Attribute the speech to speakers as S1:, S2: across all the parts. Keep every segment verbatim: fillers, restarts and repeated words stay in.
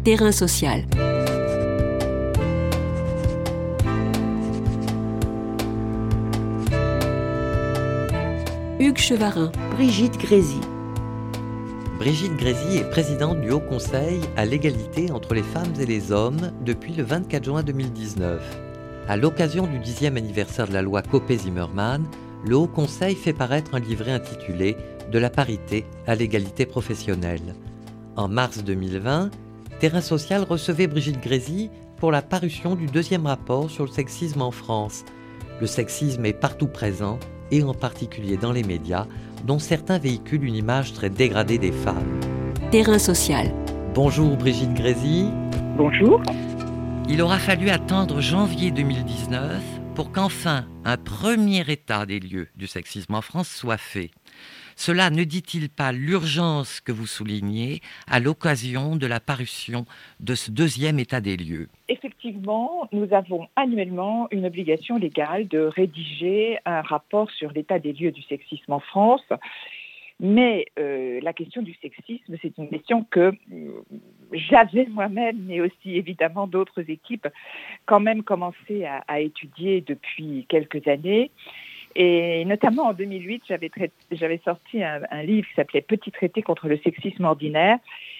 S1: Terrain social. Hugues Chevarin.
S2: Brigitte Grésy.
S3: Brigitte Grésy est présidente du Haut Conseil à l'égalité entre les femmes et les hommes depuis le vingt-quatre juin deux mille dix-neuf. À l'occasion du dixième anniversaire de la loi Copé-Zimmermann, le Haut Conseil fait paraître un livret intitulé « De la parité à l'égalité professionnelle ». En mars deux mille vingt, Terrain social recevait Brigitte Grésy pour la parution du deuxième rapport sur le sexisme en France. Le sexisme est partout présent, et en particulier dans les médias, dont certains véhiculent une image très dégradée des femmes.
S1: Terrain social.
S3: Bonjour Brigitte Grésy.
S2: Bonjour.
S3: Il aura fallu attendre janvier deux mille dix-neuf pour qu'enfin un premier état des lieux du sexisme en France soit fait. Cela ne dit-il pas l'urgence que vous soulignez à l'occasion de la parution de ce deuxième état des lieux ?
S4: Effectivement, nous avons annuellement une obligation légale de rédiger un rapport sur l'état des lieux du sexisme en France. Mais euh, la question du sexisme, c'est une question que euh, j'avais moi-même, mais aussi évidemment d'autres équipes, quand même commencé à, à étudier depuis quelques années. Et notamment en deux mille huit, j'avais, traité, j'avais sorti un, un livre qui s'appelait « Petit traité contre le sexisme ordinaire ».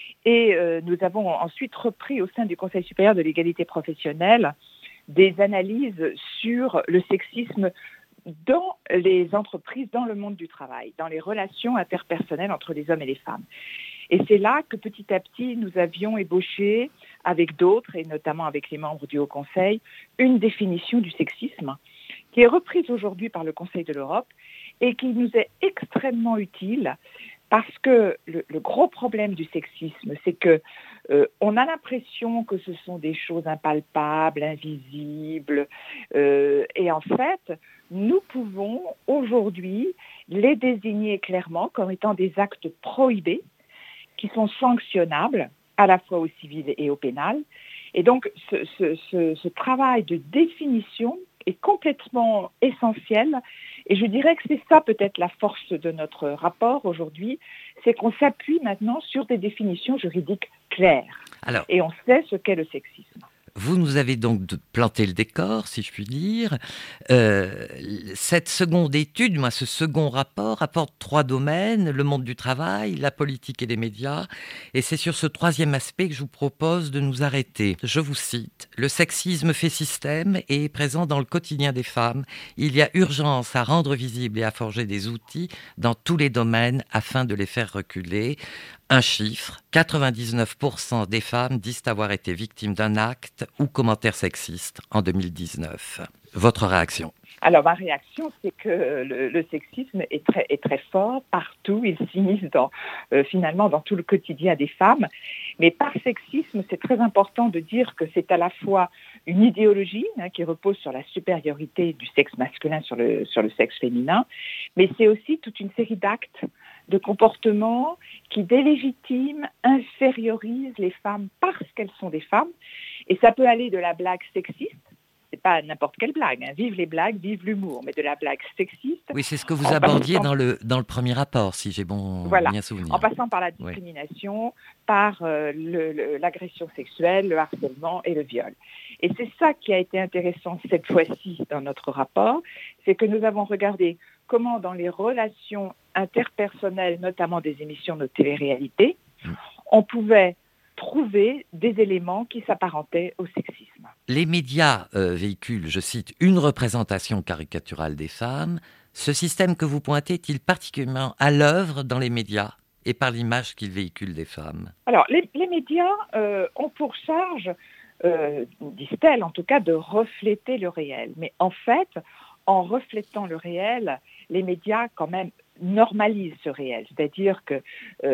S4: Et euh, nous avons ensuite repris au sein du Conseil supérieur de l'égalité professionnelle des analyses sur le sexisme dans les entreprises, dans le monde du travail, dans les relations interpersonnelles entre les hommes et les femmes. Et c'est là que petit à petit, nous avions ébauché avec d'autres, et notamment avec les membres du Haut Conseil, une définition du sexisme qui est reprise aujourd'hui par le Conseil de l'Europe et qui nous est extrêmement utile parce que le, le gros problème du sexisme, c'est que euh, on a l'impression que ce sont des choses impalpables, invisibles, euh, et en fait, nous pouvons aujourd'hui les désigner clairement comme étant des actes prohibés qui sont sanctionnables à la fois au civil et au pénal. Et donc, ce, ce, ce, ce travail de définition est complètement essentiel. Et je dirais que c'est ça peut-être la force de notre rapport aujourd'hui, c'est qu'on s'appuie maintenant sur des définitions juridiques claires. Alors, et on sait ce qu'est le sexisme.
S3: Vous nous avez donc planté le décor, si je puis dire. Euh, cette seconde étude, moi, ce second rapport apporte trois domaines, le monde du travail, la politique et les médias. Et c'est sur ce troisième aspect que je vous propose de nous arrêter. Je vous cite, « Le sexisme fait système et est présent dans le quotidien des femmes. Il y a urgence à rendre visible et à forger des outils dans tous les domaines afin de les faire reculer. » Un chiffre, quatre-vingt-dix-neuf pour cent des femmes disent avoir été victimes d'un acte ou commentaire sexiste en deux mille dix-neuf. Votre réaction ?
S4: Alors, ma réaction, c'est que le, le sexisme est très, est très fort partout. Il s'immisce dans, euh, finalement dans tout le quotidien des femmes. Mais par sexisme, c'est très important de dire que c'est à la fois une idéologie hein, qui repose sur la supériorité du sexe masculin sur le, sur le sexe féminin, mais c'est aussi toute une série d'actes, de comportements qui délégitiment, infériorisent les femmes parce qu'elles sont des femmes. Et ça peut aller de la blague sexiste, c'est pas n'importe quelle blague, hein. Vive les blagues, vive l'humour, mais de la blague sexiste.
S3: Oui, c'est ce que vous abordiez passant... dans, le, dans le premier rapport, si j'ai bon
S4: voilà.
S3: bien souvenir.
S4: En passant par la discrimination, oui. par euh, le, le, l'agression sexuelle, le harcèlement et le viol. Et c'est ça qui a été intéressant cette fois-ci dans notre rapport, c'est que nous avons regardé comment dans les relations interpersonnelles, notamment des émissions de télé-réalité, mmh. on pouvait trouver des éléments qui s'apparentaient au sexisme.
S3: Les médias euh, véhiculent, je cite, une représentation caricaturale des femmes. Ce système que vous pointez est-il particulièrement à l'œuvre dans les médias et par l'image qu'ils véhiculent des femmes ?
S4: Alors, les, les médias euh, ont pour charge, euh, disent-elles en tout cas, de refléter le réel. Mais en fait, en reflétant le réel, les médias quand même normalisent ce réel, c'est-à-dire qu'ils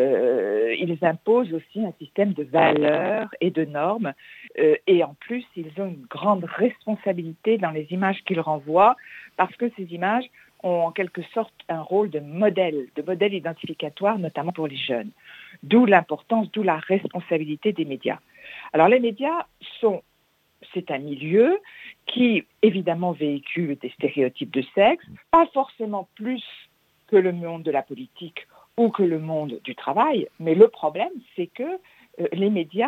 S4: euh, imposent aussi un système de valeurs et de normes, euh, et en plus, ils ont une grande responsabilité dans les images qu'ils renvoient, parce que ces images ont en quelque sorte un rôle de modèle, de modèle identificatoire, notamment pour les jeunes. D'où l'importance, d'où la responsabilité des médias. Alors les médias sont, c'est un milieu qui évidemment véhicule des stéréotypes de sexe, pas forcément plus que le monde de la politique ou que le monde du travail, mais le problème c'est que euh, les médias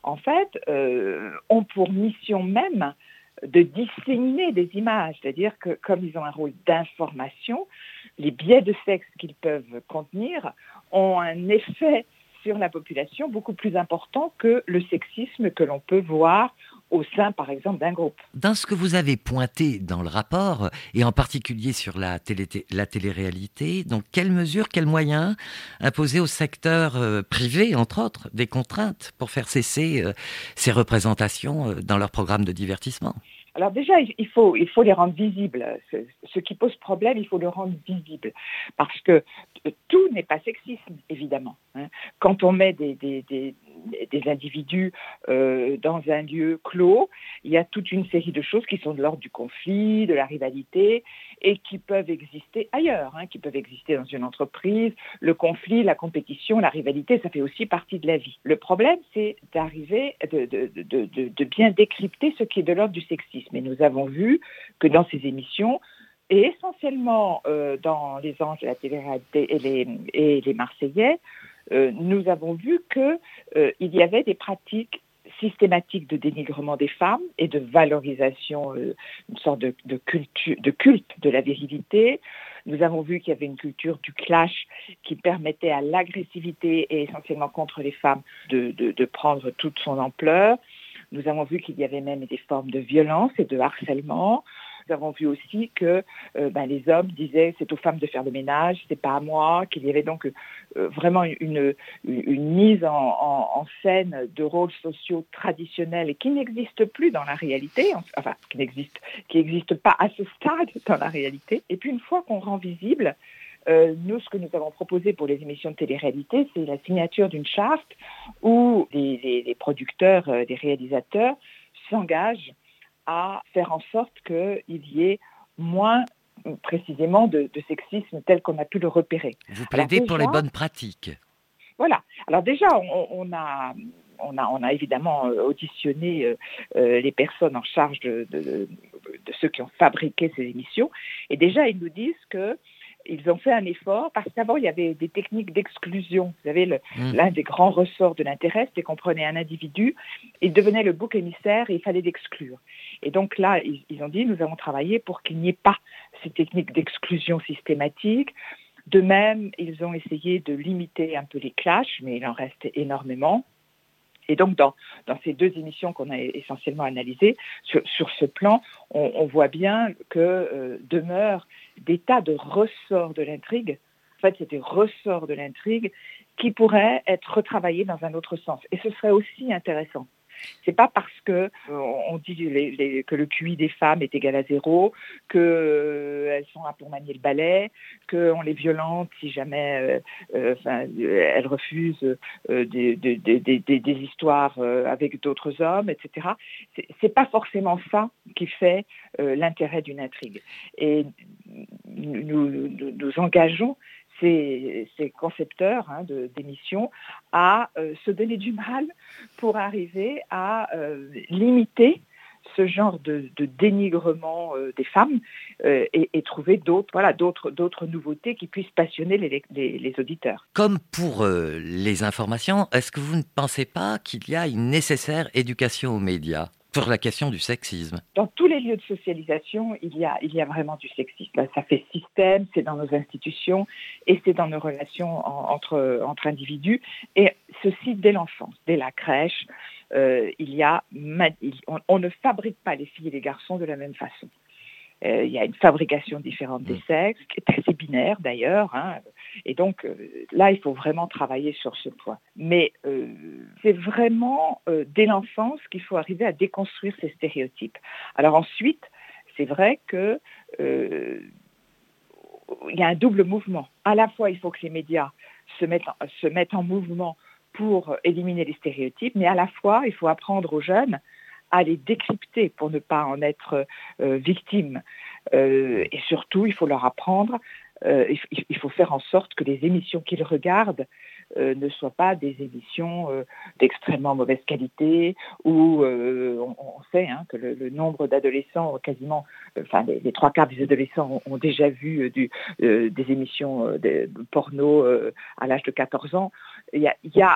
S4: en fait, euh, ont pour mission même de disséminer des images, c'est-à-dire que comme ils ont un rôle d'information, les biais de sexe qu'ils peuvent contenir ont un effet sur la population beaucoup plus important que le sexisme que l'on peut voir au sein, par exemple, d'un groupe.
S3: Dans ce que vous avez pointé dans le rapport, et en particulier sur la, télé, la télé-réalité, donc quelles mesures, quels moyens imposer au secteur euh, privé, entre autres, des contraintes pour faire cesser euh, ces représentations euh, dans leurs programmes de divertissement ?
S4: Alors déjà, il faut, il faut les rendre visibles. Ce, ce qui pose problème, il faut le rendre visible. Parce que tout n'est pas sexisme, évidemment. Hein. Quand on met des, des, des, des individus euh, dans un lieu clos, il y a toute une série de choses qui sont de l'ordre du conflit, de la rivalité, et qui peuvent exister ailleurs, hein, qui peuvent exister dans une entreprise. Le conflit, la compétition, la rivalité, ça fait aussi partie de la vie. Le problème, c'est d'arriver, de, de, de, de, de bien décrypter ce qui est de l'ordre du sexisme. Mais nous avons vu que dans ces émissions, et essentiellement euh, dans Les Anges de la télé-réalité et les, et les Marseillais, euh, nous avons vu qu'il euh, y avait des pratiques systématiques de dénigrement des femmes et de valorisation, euh, une sorte de, de, culture, de culte de la virilité. Nous avons vu qu'il y avait une culture du clash qui permettait à l'agressivité et essentiellement contre les femmes de, de, de prendre toute son ampleur. Nous avons vu qu'il y avait même des formes de violence et de harcèlement. Nous avons vu aussi que euh, ben, les hommes disaient c'est aux femmes de faire le ménage, c'est pas à moi, qu'il y avait donc euh, vraiment une, une, une mise en, en, en scène de rôles sociaux traditionnels et qui n'existent plus dans la réalité, enfin qui n'existent, qui n'existent pas à ce stade dans la réalité. Et puis une fois qu'on rend visible, Euh, nous, ce que nous avons proposé pour les émissions de télé-réalité, c'est la signature d'une charte où les, les, les producteurs, euh, les réalisateurs s'engagent à faire en sorte qu'il y ait moins précisément de, de sexisme tel qu'on a pu le repérer.
S3: Vous plaidez déjà, pour les bonnes pratiques.
S4: Voilà. Alors déjà, on, on a... On a, on a évidemment auditionné euh, euh, les personnes en charge de, de, de, de ceux qui ont fabriqué ces émissions. Et déjà, ils nous disent que ils ont fait un effort parce qu'avant, il y avait des techniques d'exclusion. Vous savez, le, mmh. l'un des grands ressorts de l'intérêt, c'est qu'on prenait un individu, il devenait le bouc émissaire et il fallait l'exclure. Et donc là, ils, ils ont dit, nous avons travaillé pour qu'il n'y ait pas ces techniques d'exclusion systématique. De même, ils ont essayé de limiter un peu les clashs, mais il en reste énormément. Et donc, dans, dans ces deux émissions qu'on a essentiellement analysées, sur, sur ce plan, on, on voit bien que euh, demeurent des tas de ressorts de l'intrigue. En fait, c'est des ressorts de l'intrigue qui pourraient être retravaillés dans un autre sens. Et ce serait aussi intéressant. C'est pas parce que euh, on dit les, les, que le Q I des femmes est égal à zéro, qu'elles euh, sont là pour manier le balai, qu'on les violente si jamais euh, euh, enfin, elles refusent euh, des, des, des, des, des histoires euh, avec d'autres hommes, et cetera. C'est, c'est pas forcément ça qui fait euh, l'intérêt d'une intrigue. Et nous, nous, nous, nous engageons Ces, ces concepteurs hein, de, d'émissions à euh, se donner du mal pour arriver à euh, limiter ce genre de, de dénigrement euh, des femmes euh, et, et trouver d'autres, voilà, d'autres, d'autres nouveautés qui puissent passionner les, les, les auditeurs.
S3: Comme pour euh, les informations, est-ce que vous ne pensez pas qu'il y a une nécessaire éducation aux médias sur la question du sexisme?
S4: Dans tous les lieux de socialisation, il y a, il y a vraiment du sexisme. Ça fait système, c'est dans nos institutions et c'est dans nos relations en, entre, entre individus. Et ceci dès l'enfance, dès la crèche. Euh, il y a, on, on ne fabrique pas les filles et les garçons de la même façon. Euh, il y a une fabrication différente des sexes, qui est assez binaire d'ailleurs, hein. Et donc euh, là, il faut vraiment travailler sur ce point. Mais euh, c'est vraiment euh, dès l'enfance qu'il faut arriver à déconstruire ces stéréotypes. Alors ensuite, c'est vrai que euh, il y a un double mouvement. À la fois, il faut que les médias se mettent en, se mettent en mouvement pour éliminer les stéréotypes, mais à la fois, il faut apprendre aux jeunes à les décrypter pour ne pas en être euh, victimes. Euh, et surtout, il faut leur apprendre, euh, il, il faut faire en sorte que les émissions qu'ils regardent euh, ne soient pas des émissions euh, d'extrêmement mauvaise qualité, où euh, on, on sait hein, que le, le nombre d'adolescents, quasiment, euh, enfin les, les trois quarts des adolescents ont, ont déjà vu euh, du, euh, des émissions euh, de porno euh, à l'âge de quatorze ans. Il y a, il y a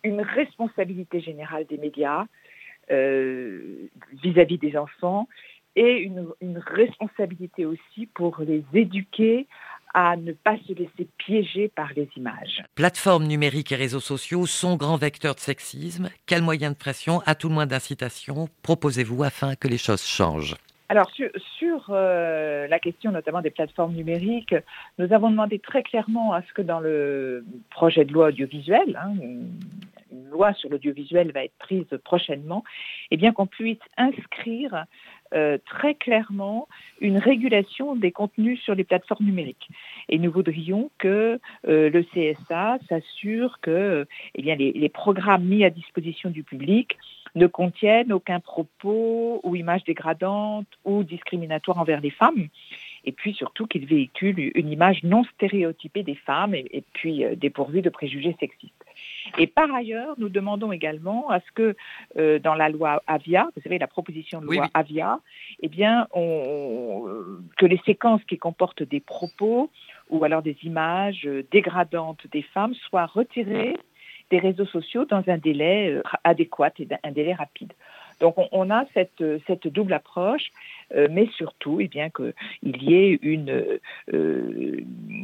S4: une responsabilité générale des médias euh, vis-à-vis des enfants et une, une responsabilité aussi pour les éduquer à ne pas se laisser piéger par les images.
S3: Plateformes numériques et réseaux sociaux sont grands vecteurs de sexisme. Quels moyens de pression, à tout le moins d'incitation, proposez-vous afin que les choses changent ?
S4: Alors sur, sur euh, la question notamment des plateformes numériques, nous avons demandé très clairement à ce que dans le projet de loi audiovisuel, hein, une, une loi sur l'audiovisuel va être prise prochainement, et bien qu'on puisse inscrire euh, très clairement une régulation des contenus sur les plateformes numériques. Et nous voudrions que euh, le C S A s'assure que eh bien, les, les programmes mis à disposition du public ne contiennent aucun propos ou image dégradante ou discriminatoire envers les femmes, et puis surtout qu'ils véhiculent une image non stéréotypée des femmes et, et puis euh, dépourvue de préjugés sexistes. Et par ailleurs, nous demandons également à ce que euh, dans la loi Avia, vous savez la proposition de loi oui, oui. Avia, eh bien, on, que les séquences qui comportent des propos ou alors des images dégradantes des femmes soient retirées des réseaux sociaux dans un délai adéquat et un délai rapide. Donc on, on a cette, cette double approche, euh, mais surtout eh bien, qu'il y ait une, euh,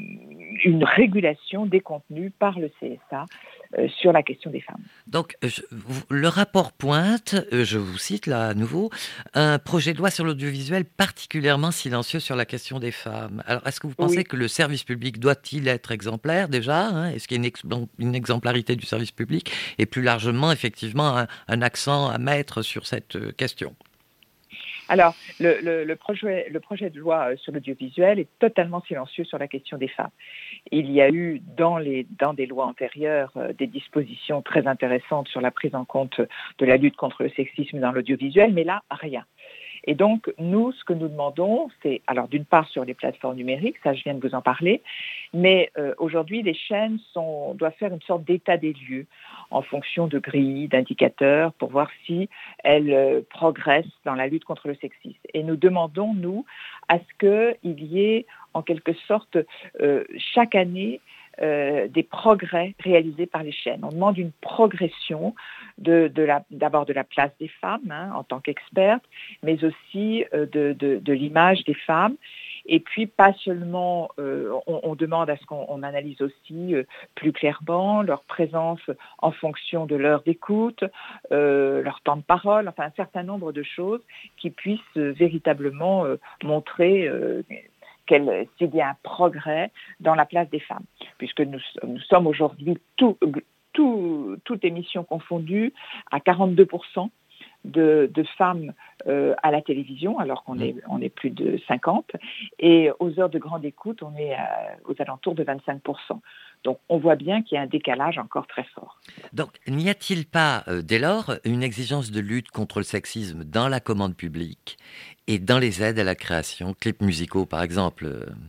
S4: une régulation des contenus par le C S A euh, sur la question des femmes.
S3: Donc je, le rapport pointe, je vous cite là à nouveau, un projet de loi sur l'audiovisuel particulièrement silencieux sur la question des femmes. Alors est-ce que vous pensez oui. que le service public doit-il être exemplaire déjà hein? Est-ce qu'il y a une, ex- une exemplarité du service public et plus largement effectivement un, un accent à mettre sur cette question?
S4: Alors, le, le, le, projet, le projet de loi sur l'audiovisuel est totalement silencieux sur la question des femmes. Il y a eu dans, les, dans des lois antérieures euh, des dispositions très intéressantes sur la prise en compte de la lutte contre le sexisme dans l'audiovisuel, mais là, rien. Et donc, nous, ce que nous demandons, c'est, alors d'une part sur les plateformes numériques, ça je viens de vous en parler, mais euh, aujourd'hui, les chaînes sont, doivent faire une sorte d'état des lieux en fonction de grilles, d'indicateurs, pour voir si elles euh, progressent dans la lutte contre le sexisme. Et nous demandons, nous, à ce qu'il y ait en quelque sorte euh, chaque année Euh, des progrès réalisés par les chaînes. On demande une progression de, de la, d'abord de la place des femmes hein, en tant qu'expertes, mais aussi euh, de, de, de l'image des femmes. Et puis pas seulement, euh, on, on demande à ce qu'on on analyse aussi euh, plus clairement leur présence en fonction de l'heure d'écoute, euh, leur temps de parole, enfin un certain nombre de choses qui puissent euh, véritablement euh, montrer euh, s'il y a un progrès dans la place des femmes, puisque nous, nous sommes aujourd'hui, tout, tout, toute émission confondue, à quarante-deux pour cent de, de femmes euh, à la télévision, alors qu'on est, on est plus de cinquante, et aux heures de grande écoute, on est à, aux alentours de vingt-cinq pour cent. Donc, on voit bien qu'il y a un décalage encore très fort.
S3: Donc, n'y a-t-il pas, euh, dès lors, une exigence de lutte contre le sexisme dans la commande publique et dans les aides à la création, clips musicaux, par exemple?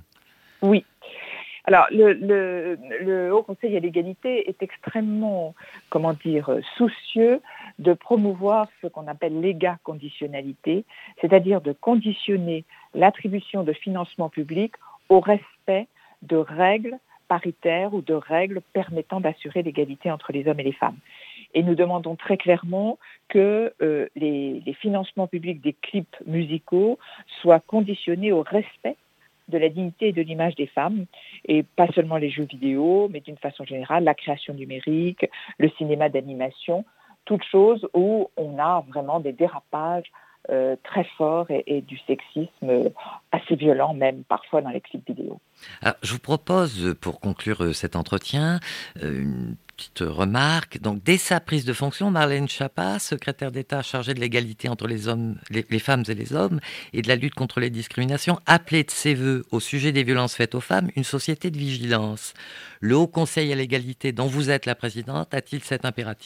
S4: Oui. Alors, le, le, le Haut Conseil à l'égalité est extrêmement, comment dire, soucieux de promouvoir ce qu'on appelle l'éga-conditionnalité, c'est-à-dire de conditionner l'attribution de financement public au respect de règles paritaires ou de règles permettant d'assurer l'égalité entre les hommes et les femmes. Et nous demandons très clairement que euh, les, les financements publics des clips musicaux soient conditionnés au respect de la dignité et de l'image des femmes, et pas seulement les jeux vidéo, mais d'une façon générale, la création numérique, le cinéma d'animation, toutes choses où on a vraiment des dérapages euh, très forts et, et du sexisme assez violent, même parfois dans les clips vidéo.
S3: Alors, je vous propose, pour conclure cet entretien, une petite remarque. Donc, dès sa prise de fonction, Marlène Schiappa, secrétaire d'État chargée de l'égalité entre les hommes, les, les femmes et les hommes, et de la lutte contre les discriminations, appelait de ses voeux au sujet des violences faites aux femmes une société de vigilance. Le Haut Conseil à l'égalité, dont vous êtes la présidente, a-t-il cet impératif ?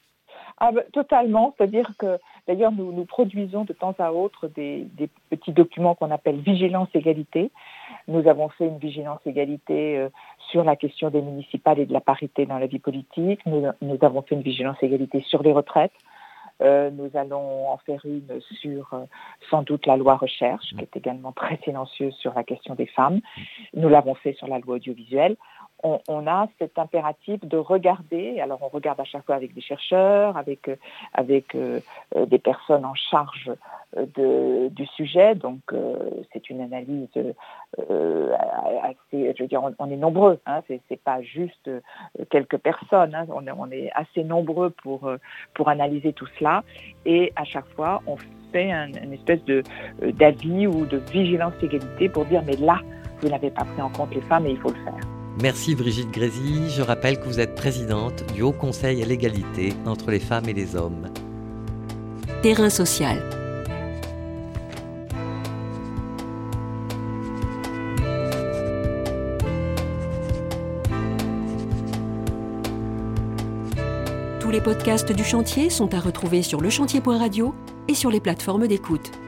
S4: Ah ben, totalement, c'est-à-dire que d'ailleurs nous, nous produisons de temps à autre des, des petits documents qu'on appelle vigilance égalité. Nous avons fait une vigilance égalité euh, sur la question des municipales et de la parité dans la vie politique. Nous, nous avons fait une vigilance égalité sur les retraites. Euh, nous allons en faire une sur euh, sans doute la loi recherche, qui est également très silencieuse sur la question des femmes. Nous l'avons fait sur la loi audiovisuelle. on, on a cet impératif de regarder. Alors on regarde à chaque fois avec des chercheurs, avec, avec euh, des personnes en charge de, du sujet. Donc euh, c'est une analyse euh, assez, je veux dire, on, on est nombreux. Hein, c'est, c'est pas juste quelques personnes. Hein, on, est, on est assez nombreux pour pour analyser tout cela. Et à chaque fois, on fait un, une espèce de d'avis ou de vigilance égalité pour dire mais là, vous n'avez pas pris en compte les femmes et il faut le faire.
S3: Merci Brigitte Grésy. Je rappelle que vous êtes présidente du Haut Conseil à l'égalité entre les femmes et les hommes.
S1: Terrain social. Tous les podcasts du chantier sont à retrouver sur le chantier point radio et sur les plateformes d'écoute.